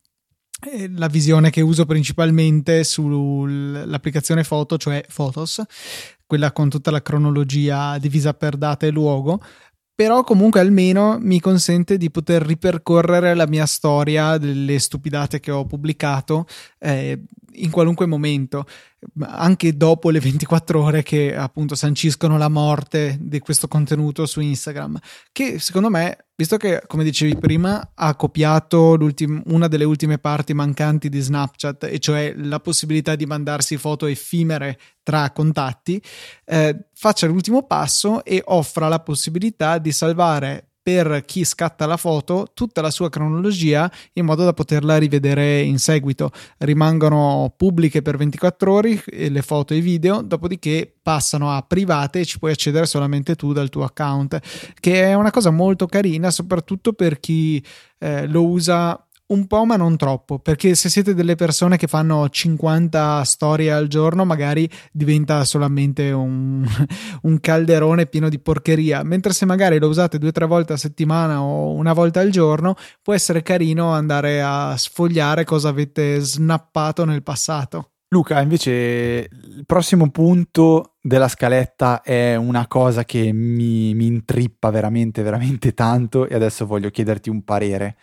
eh, la visione che uso principalmente sull'applicazione foto, cioè Photos, quella con tutta la cronologia divisa per data e luogo, però comunque almeno mi consente di poter ripercorrere la mia storia delle stupidate che ho pubblicato eh, in qualunque momento, anche dopo le ventiquattro ore che appunto sanciscono la morte di questo contenuto su Instagram, che secondo me, visto che come dicevi prima ha copiato una delle ultime parti mancanti di Snapchat, e cioè la possibilità di mandarsi foto effimere tra contatti, eh, faccia l'ultimo passo e offra la possibilità di salvare per chi scatta la foto tutta la sua cronologia in modo da poterla rivedere in seguito. Rimangono pubbliche per ventiquattro ore le foto e i video, dopodiché passano a private e ci puoi accedere solamente tu dal tuo account, che è una cosa molto carina soprattutto per chi eh, lo usa un po' ma non troppo, perché se siete delle persone che fanno cinquanta storie al giorno magari diventa solamente un, un calderone pieno di porcheria, mentre se magari lo usate due o tre volte a settimana o una volta al giorno può essere carino andare a sfogliare cosa avete snappato nel passato. Luca, invece il prossimo punto della scaletta è una cosa che mi, mi intrippa veramente, veramente tanto e adesso voglio chiederti un parere.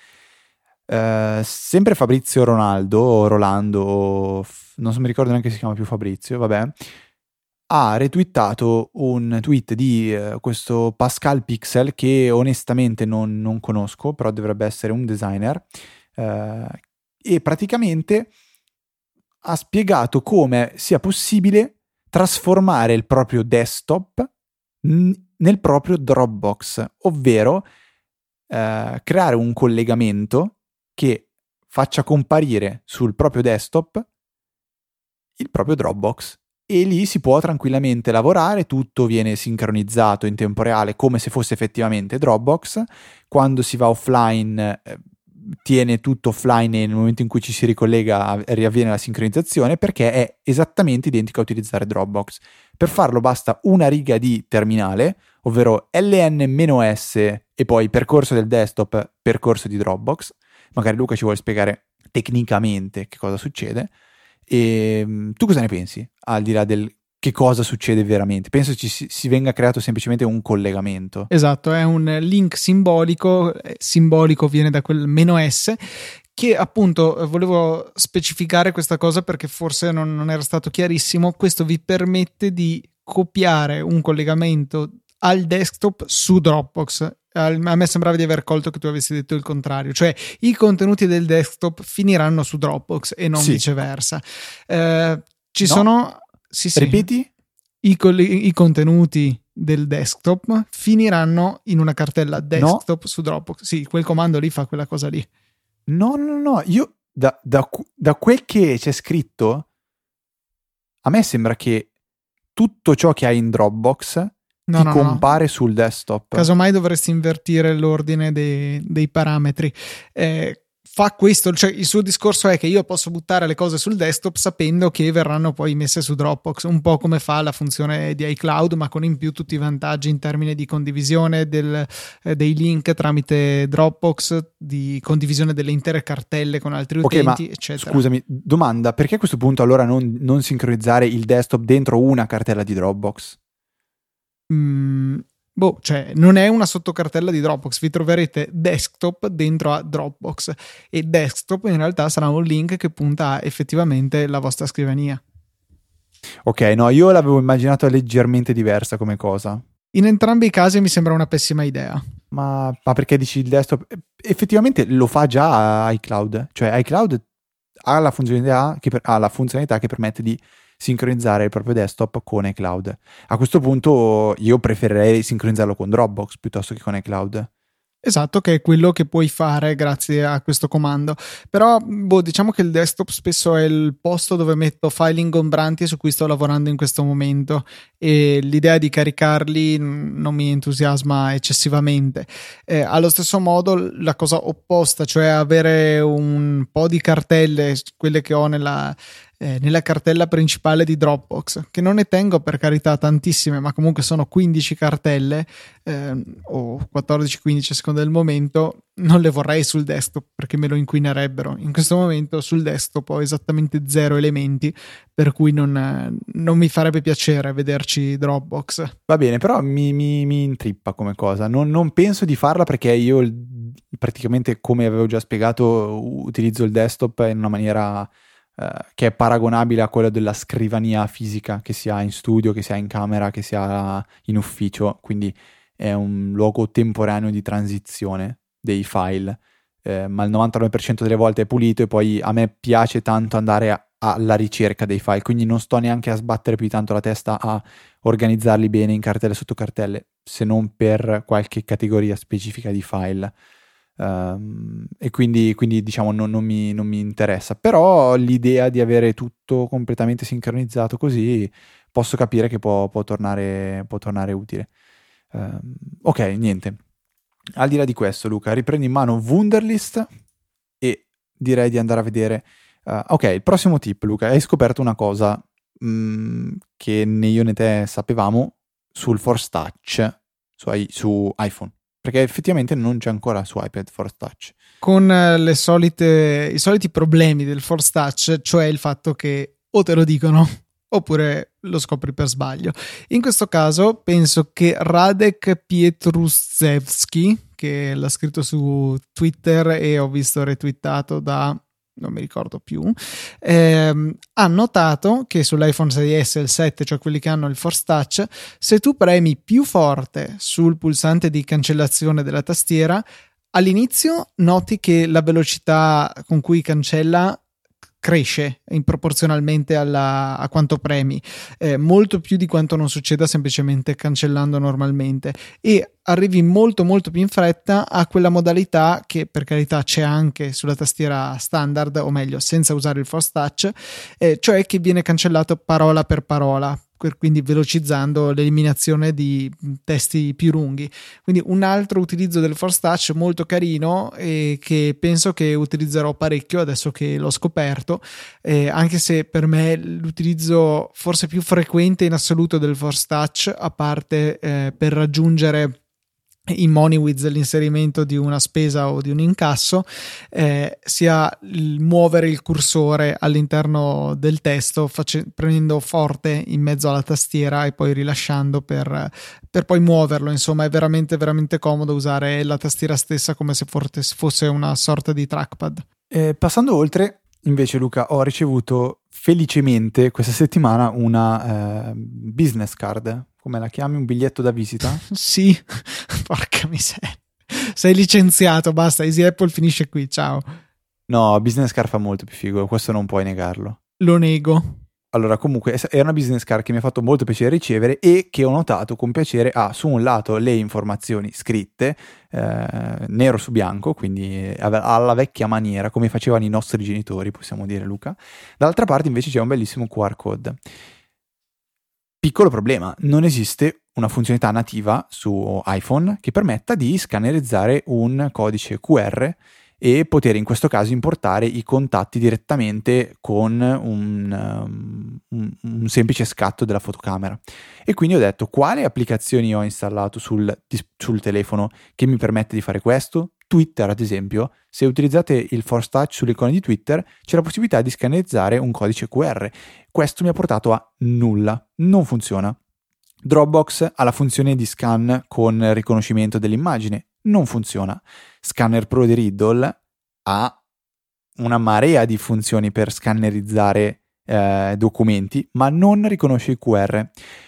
Uh, sempre Fabrizio Ronaldo o Rolando, non so, mi ricordo neanche se si chiama più Fabrizio, vabbè, ha retweetato un tweet di uh, questo Pascal Pixel che onestamente non, non conosco, però dovrebbe essere un designer, uh, e praticamente ha spiegato come sia possibile trasformare il proprio desktop n- nel proprio Dropbox, ovvero uh, creare un collegamento che faccia comparire sul proprio desktop il proprio Dropbox e lì si può tranquillamente lavorare, tutto viene sincronizzato in tempo reale come se fosse effettivamente Dropbox. Quando si va offline eh, tiene tutto offline e nel momento in cui ci si ricollega riavviene la sincronizzazione, perché è esattamente identico a utilizzare Dropbox. Per farlo basta una riga di terminale, ovvero ln-s e poi percorso del desktop, percorso di Dropbox. Magari Luca ci vuole spiegare tecnicamente che cosa succede. E tu cosa ne pensi? Al di là del che cosa succede veramente. Penso ci si, si venga creato semplicemente un collegamento. Esatto, è un link simbolico, simbolico viene da quel meno S, che appunto volevo specificare questa cosa perché forse non, non era stato chiarissimo. Questo vi permette di copiare un collegamento al desktop su Dropbox. A me sembrava di aver colto che tu avessi detto il contrario, cioè i contenuti del desktop finiranno su Dropbox e non sì. viceversa. Eh, ci no. sono... Sì, sì. Ripeti? I, I contenuti del desktop finiranno in una cartella desktop no. su Dropbox. Sì, quel comando lì fa quella cosa lì. No, no, no, io da, da, da quel che c'è scritto, a me sembra che tutto ciò che hai in Dropbox no, ti no, compare no. sul desktop. Casomai dovresti invertire l'ordine dei, dei parametri. Eh, fa questo, cioè il suo discorso è che io posso buttare le cose sul desktop sapendo che verranno poi messe su Dropbox, un po' come fa la funzione di iCloud, ma con in più tutti i vantaggi in termini di condivisione del, eh, dei link tramite Dropbox, di condivisione delle intere cartelle con altri okay, utenti, ma eccetera. Scusami, domanda, perché a questo punto allora non, non sincronizzare il desktop dentro una cartella di Dropbox? Mm, boh, cioè non è una sottocartella di Dropbox, vi troverete desktop dentro a Dropbox e desktop in realtà sarà un link che punta a effettivamente la vostra scrivania. Ok, no, io l'avevo immaginato leggermente diversa come cosa. In entrambi i casi mi sembra una pessima idea. Ma, ma perché dici il desktop? Effettivamente lo fa già iCloud, cioè iCloud ha la funzionalità che, per, ha la funzionalità che permette di sincronizzare il proprio desktop con iCloud. A questo punto io preferirei sincronizzarlo con Dropbox piuttosto che con iCloud. Esatto, che è quello che puoi fare grazie a questo comando. Però, boh, diciamo che il desktop spesso è il posto dove metto file ingombranti su cui sto lavorando in questo momento e l'idea di caricarli non mi entusiasma eccessivamente. Eh, allo stesso modo, la cosa opposta, cioè avere un po' di cartelle, quelle che ho nella... Eh, nella cartella principale di Dropbox, che non ne tengo per carità tantissime, ma comunque sono quindici cartelle eh, o quattordici quindici a seconda del momento, non le vorrei sul desktop perché me lo inquinerebbero. In questo momento sul desktop ho esattamente zero elementi, per cui non, non mi farebbe piacere vederci Dropbox. Va bene, però mi, mi, mi intrippa come cosa. Non, non penso di farla perché io praticamente, come avevo già spiegato, utilizzo il desktop in una maniera Uh, che è paragonabile a quella della scrivania fisica che si ha in studio, che si ha in camera, che si ha in ufficio, quindi è un luogo temporaneo di transizione dei file, eh, ma il novantanove per cento delle volte è pulito e poi a me piace tanto andare a, alla ricerca dei file, quindi non sto neanche a sbattere più tanto la testa a organizzarli bene in cartelle sotto cartelle, se non per qualche categoria specifica di file. Um, e quindi, quindi diciamo non, non, mi, non mi interessa, però l'idea di avere tutto completamente sincronizzato così posso capire che può, può, tornare, può tornare utile. Um, ok, niente, al di là di questo, Luca, riprendi in mano Wunderlist e direi di andare a vedere uh, ok, il prossimo tip. Luca, hai scoperto una cosa mh, che né io né te sapevamo sul Force Touch su, su iPhone, perché effettivamente non c'è ancora su iPad Force Touch. Con le solite, i soliti problemi del Force Touch, cioè il fatto che o te lo dicono oppure lo scopri per sbaglio. In questo caso penso che Radek Pietrusevski, che l'ha scritto su Twitter e ho visto retweetato da... non mi ricordo più, ehm, ha notato che sull'iPhone sei S e il sette, cioè quelli che hanno il Force Touch, se tu premi più forte sul pulsante di cancellazione della tastiera, all'inizio noti che la velocità con cui cancella cresce in proporzionalmente alla, a quanto premi, eh, molto più di quanto non succeda semplicemente cancellando normalmente, e arrivi molto molto più in fretta a quella modalità che per carità c'è anche sulla tastiera standard, o meglio senza usare il Force Touch, eh, cioè che viene cancellato parola per parola, quindi velocizzando l'eliminazione di testi più lunghi. Quindi un altro utilizzo del Force Touch molto carino e che penso che utilizzerò parecchio adesso che l'ho scoperto, eh, anche se per me l'utilizzo forse più frequente in assoluto del Force Touch, a parte eh, per raggiungere in MoneyWiz l'inserimento di una spesa o di un incasso, eh, sia il muovere il cursore all'interno del testo, face- prendendo forte in mezzo alla tastiera e poi rilasciando per, per poi muoverlo. Insomma, è veramente veramente comodo usare la tastiera stessa come se forte, fosse una sorta di trackpad. Eh, passando oltre, invece, Luca, ho ricevuto felicemente questa settimana una eh, business card. Come la chiami? Un biglietto da visita? Sì, porca miseria. Sei licenziato, basta, Easy Apple finisce qui, ciao. No, business card fa molto più figo, questo non puoi negarlo. Lo nego. Allora, comunque, è una business card che mi ha fatto molto piacere ricevere e che ho notato con piacere ha su un lato le informazioni scritte, eh, nero su bianco, quindi alla vecchia maniera, come facevano i nostri genitori, possiamo dire, Luca. Dall'altra parte invece c'è un bellissimo Q R code. Piccolo problema, non esiste una funzionalità nativa su iPhone che permetta di scannerizzare un codice Q R e poter in questo caso importare i contatti direttamente con un, um, un, un semplice scatto della fotocamera. E quindi ho detto: quale applicazioni ho installato sul, sul telefono che mi permette di fare questo? Twitter, ad esempio. Se utilizzate il Force Touch sulle icone di Twitter c'è la possibilità di scannerizzare un codice Q R. Questo mi ha portato a nulla, non funziona. Dropbox ha la funzione di scan con riconoscimento dell'immagine, non funziona. Scanner Pro di Riddle ha una marea di funzioni per scannerizzare eh, documenti, ma non riconosce i Q R.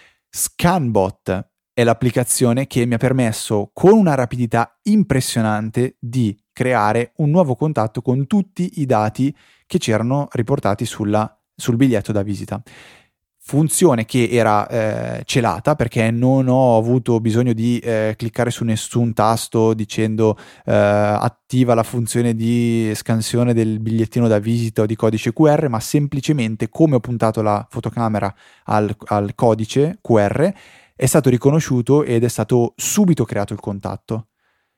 Scanbot è l'applicazione che mi ha permesso con una rapidità impressionante di creare un nuovo contatto con tutti i dati che c'erano riportati sulla, sul biglietto da visita. Funzione che era eh, celata perché non ho avuto bisogno di eh, cliccare su nessun tasto dicendo eh, attiva la funzione di scansione del bigliettino da visita o di codice Q R, ma semplicemente come ho puntato la fotocamera al, al codice Q R è stato riconosciuto ed è stato subito creato il contatto.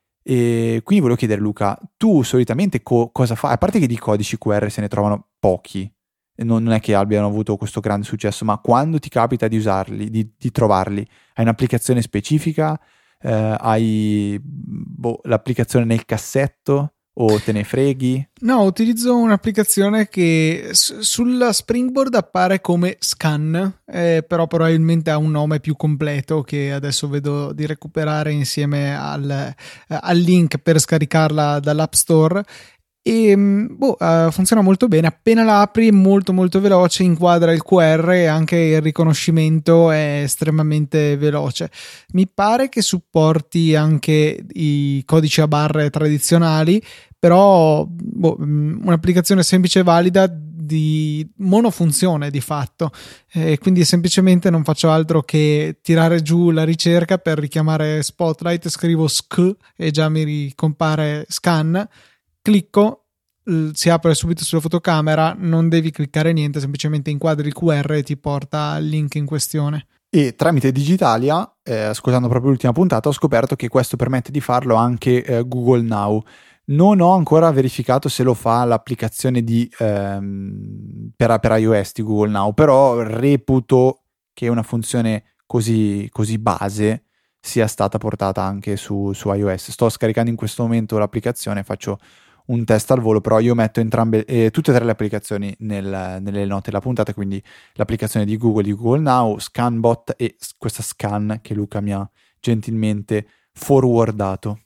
E quindi volevo chiedere, Luca, tu solitamente co- cosa fai? A parte che di codici Q R se ne trovano pochi, non è che abbiano avuto questo grande successo, ma quando ti capita di usarli, di, di trovarli, hai un'applicazione specifica? Eh, hai boh, l'applicazione nel cassetto o te ne freghi? No, utilizzo un'applicazione che s- sulla Springboard appare come Scan, eh, però probabilmente ha un nome più completo che adesso vedo di recuperare insieme al, eh, al link per scaricarla dall'App Store. E boh, uh, funziona molto bene. Appena la apri è molto molto veloce, inquadra il Q R e anche il riconoscimento è estremamente veloce. Mi pare che supporti anche i codici a barre tradizionali, però boh, un'applicazione semplice e valida di monofunzione di fatto, e quindi semplicemente non faccio altro che tirare giù la ricerca per richiamare Spotlight, scrivo sc e già mi ricompare scan. Clicco, si apre subito sulla fotocamera, non devi cliccare niente, semplicemente inquadri il Q R e ti porta al link in questione. E tramite Digitalia, eh, ascoltando proprio l'ultima puntata, ho scoperto che questo permette di farlo anche eh, Google Now. Non ho ancora verificato se lo fa l'applicazione di, ehm, per, per iOS di Google Now, però reputo che una funzione così, così base sia stata portata anche su, su iOS. Sto scaricando in questo momento l'applicazione, faccio un test al volo, però io metto entrambe eh, tutte e tre le applicazioni nel, nelle note della puntata, quindi l'applicazione di Google di Google Now, Scanbot e questa Scan che Luca mi ha gentilmente forwardato.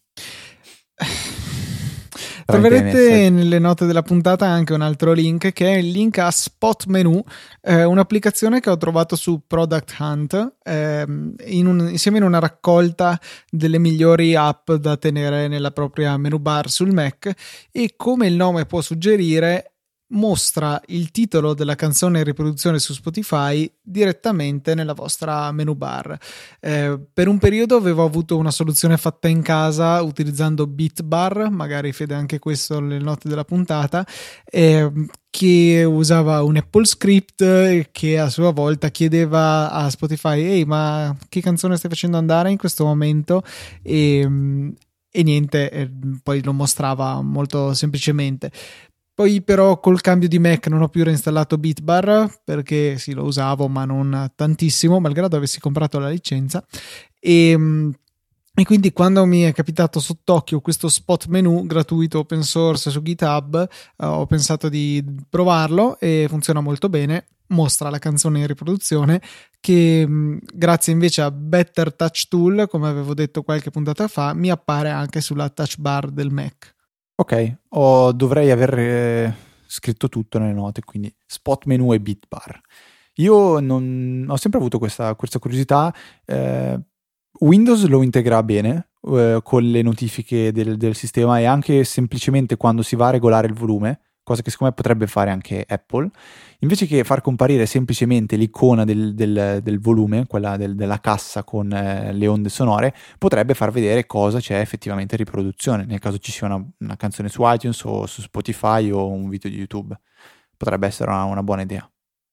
Troverete nelle note della puntata anche un altro link, che è il link a Spot Menu, eh, un'applicazione che ho trovato su Product Hunt, eh, in un, insieme in una raccolta delle migliori app da tenere nella propria menu bar sul Mac, e come il nome può suggerire mostra il titolo della canzone in riproduzione su Spotify direttamente nella vostra menu bar. Eh, per un periodo avevo avuto una soluzione fatta in casa utilizzando Beatbar, magari Fede anche questo nelle note della puntata, eh, che usava un Apple Script che a sua volta chiedeva a Spotify: ehi, ma che canzone stai facendo andare in questo momento? E, e niente, e poi lo mostrava molto semplicemente. Poi però col cambio di Mac non ho più reinstallato Beatbar, perché sì, lo usavo ma non tantissimo, malgrado avessi comprato la licenza, e E quindi quando mi è capitato sott'occhio questo spot menu gratuito open source su GitHub, eh, ho pensato di provarlo e funziona molto bene. Mostra la canzone in riproduzione che mh, grazie invece a Better Touch Tool, come avevo detto qualche puntata fa, mi appare anche sulla touch bar del Mac. Ok, oh, dovrei aver eh, scritto tutto nelle note, quindi spot menu e beat bar. Io non, ho sempre avuto questa, questa curiosità. eh, Windows lo integra bene eh, con le notifiche del, del sistema, e anche semplicemente quando si va a regolare il volume, cosa che secondo me potrebbe fare anche Apple, invece che far comparire semplicemente l'icona del, del, del volume, quella del, della cassa con eh, le onde sonore, potrebbe far vedere cosa c'è effettivamente in riproduzione, nel caso ci sia una, una canzone su iTunes o su Spotify o un video di YouTube. Potrebbe essere una, una buona idea.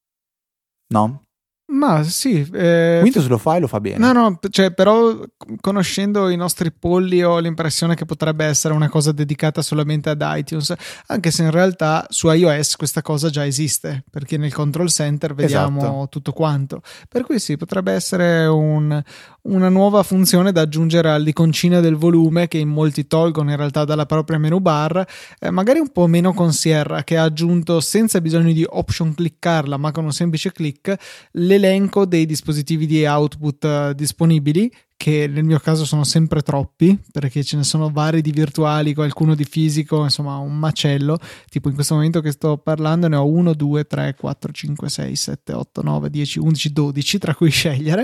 No? Ma sì, eh, Windows lo fa e lo fa bene. No, no, cioè, però conoscendo i nostri polli ho l'impressione che potrebbe essere una cosa dedicata solamente ad iTunes, anche se in realtà su iOS questa cosa già esiste, perché nel control center vediamo Esatto. tutto quanto. Per cui sì, potrebbe essere un, una nuova funzione da aggiungere all'iconcina del volume che in molti tolgono in realtà dalla propria menu bar, eh, magari un po' meno con Sierra, che ha aggiunto senza bisogno di option cliccarla, ma con un semplice click, l'elenco dei dispositivi di output uh, disponibili, che nel mio caso sono sempre troppi, perché ce ne sono vari di virtuali, qualcuno di fisico, insomma un macello. Tipo in questo momento che sto parlando ne ho uno, due, tre, quattro, cinque, sei, sette, otto, nove, dieci, undici, dodici tra cui scegliere.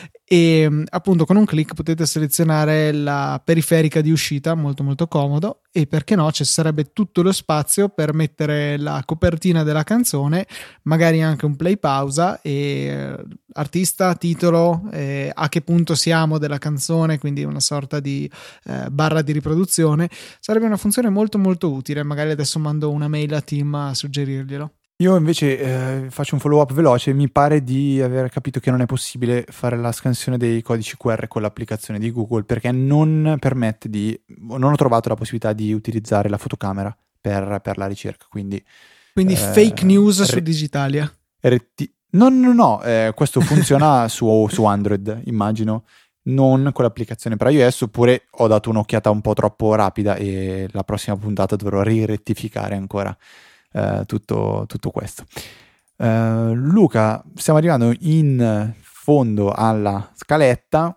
E appunto con un click potete selezionare la periferica di uscita, molto molto comodo, e perché no ci sarebbe tutto lo spazio per mettere la copertina della canzone, magari anche un play pausa e eh, artista, titolo, eh, a che punto siamo della canzone, quindi una sorta di eh, barra di riproduzione. Sarebbe una funzione molto molto utile, magari adesso mando una mail a Tim a suggerirglielo. Io invece eh, faccio un follow up veloce. Mi pare di aver capito che non è possibile fare la scansione dei codici Q R con l'applicazione di Google, perché non permette di, non ho trovato la possibilità di utilizzare la fotocamera per, per la ricerca, quindi quindi eh, fake news re- su Digitalia. Retti- no no no, eh, questo funziona su, su Android, immagino, non con l'applicazione per iOS, oppure ho dato un'occhiata un po' troppo rapida e la prossima puntata dovrò rirettificare ancora Uh, tutto, tutto questo. Uh, Luca, stiamo arrivando in fondo alla scaletta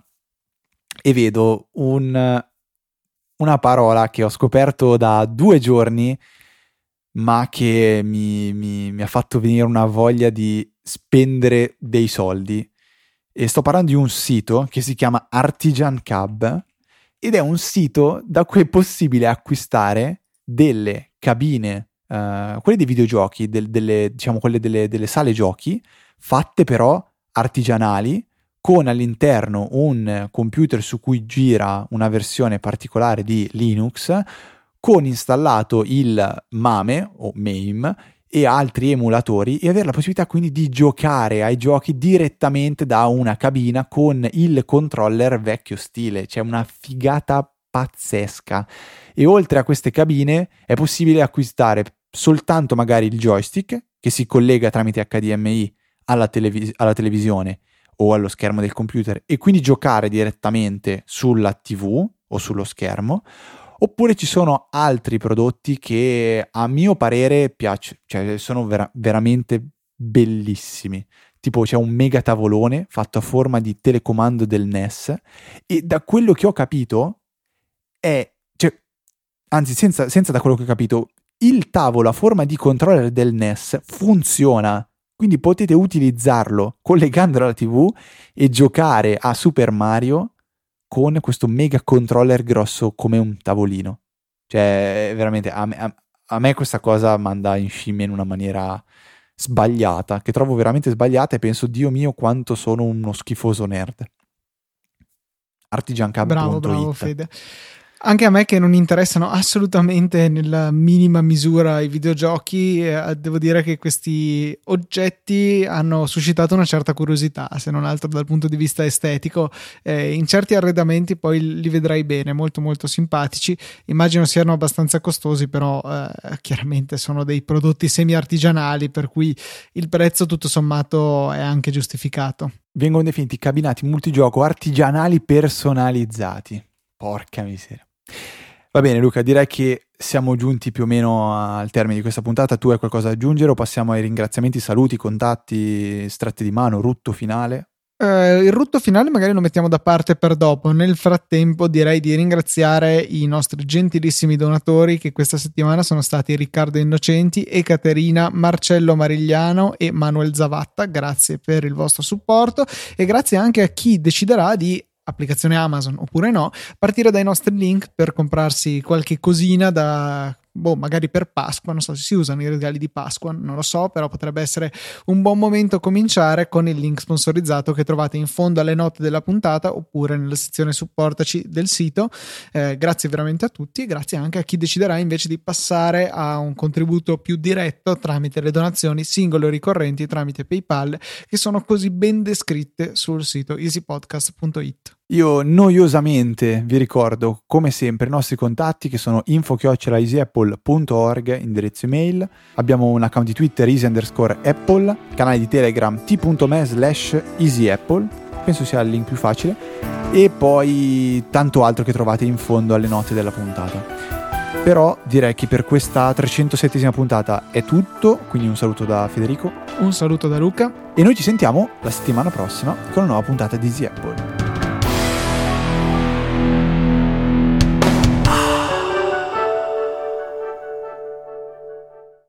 e vedo un, una parola che ho scoperto da due giorni, ma che mi, mi, mi ha fatto venire una voglia di spendere dei soldi. E sto parlando di un sito che si chiama Artisan Cab, ed è un sito da cui è possibile acquistare delle cabine, Uh, quelle dei videogiochi, del, delle, diciamo quelle delle, delle sale giochi, fatte però artigianali, con all'interno un computer su cui gira una versione particolare di Linux, con installato il MAME o MAME e altri emulatori, e avere la possibilità quindi di giocare ai giochi direttamente da una cabina con il controller vecchio stile. C'è una figata pazzesca. E oltre a queste cabine è possibile acquistare soltanto magari il joystick, che si collega tramite H D M I alla, televis- alla televisione o allo schermo del computer, e quindi giocare direttamente sulla tivù o sullo schermo. Oppure ci sono altri prodotti che a mio parere piacciono, cioè sono vera- veramente bellissimi. Tipo c'è un mega tavolone fatto a forma di telecomando del N E S, e da quello che ho capito è, cioè, anzi senza, senza da quello che ho capito, il tavolo a forma di controller del N E S funziona, quindi potete utilizzarlo collegandolo alla tivù e giocare a Super Mario con questo mega controller grosso come un tavolino. Cioè veramente a me, a, a me questa cosa manda in scimmia in una maniera sbagliata, che trovo veramente sbagliata, e penso, Dio mio, quanto sono uno schifoso nerd. artisan cab punto it. Bravo, bravo Fede. Anche a me, che non interessano assolutamente nella minima misura i videogiochi, eh, devo dire che questi oggetti hanno suscitato una certa curiosità, se non altro dal punto di vista estetico. Eh, in certi arredamenti poi li vedrai bene, molto molto simpatici. Immagino siano abbastanza costosi, però eh, chiaramente sono dei prodotti semi-artigianali, per cui il prezzo tutto sommato è anche giustificato. Vengono definiti cabinati multigioco artigianali personalizzati. Porca miseria. Va bene Luca, direi che siamo giunti più o meno al termine di questa puntata. Tu hai qualcosa da aggiungere o passiamo ai ringraziamenti, saluti, contatti, strette di mano, rutto finale? Uh, il rutto finale magari lo mettiamo da parte per dopo. Nel frattempo direi di ringraziare i nostri gentilissimi donatori che questa settimana sono stati Riccardo Innocenti, Ekaterina, Marcello Marigliano e Manuel Zavatta. Grazie per il vostro supporto e grazie anche a chi deciderà di, applicazione Amazon oppure no, partire dai nostri link per comprarsi qualche cosina da... boh, magari per Pasqua, non so se si usano i regali di Pasqua, non lo so, però potrebbe essere un buon momento cominciare con il link sponsorizzato che trovate in fondo alle note della puntata oppure nella sezione supportaci del sito. Eh, grazie veramente a tutti e grazie anche a chi deciderà invece di passare a un contributo più diretto tramite le donazioni singole o ricorrenti tramite PayPal, che sono così ben descritte sul sito easy podcast punto it. Io noiosamente vi ricordo come sempre i nostri contatti che sono info chiocciola easy apple punto org, indirizzo email. Abbiamo un account di Twitter easy underscore apple, canale di Telegram t.me slash easyapple, penso sia il link più facile, e poi tanto altro che trovate in fondo alle note della puntata. Però direi che per questa trecentosettesima puntata è tutto, quindi un saluto da Federico, un saluto da Luca e noi ci sentiamo la settimana prossima con una nuova puntata di Easy Apple.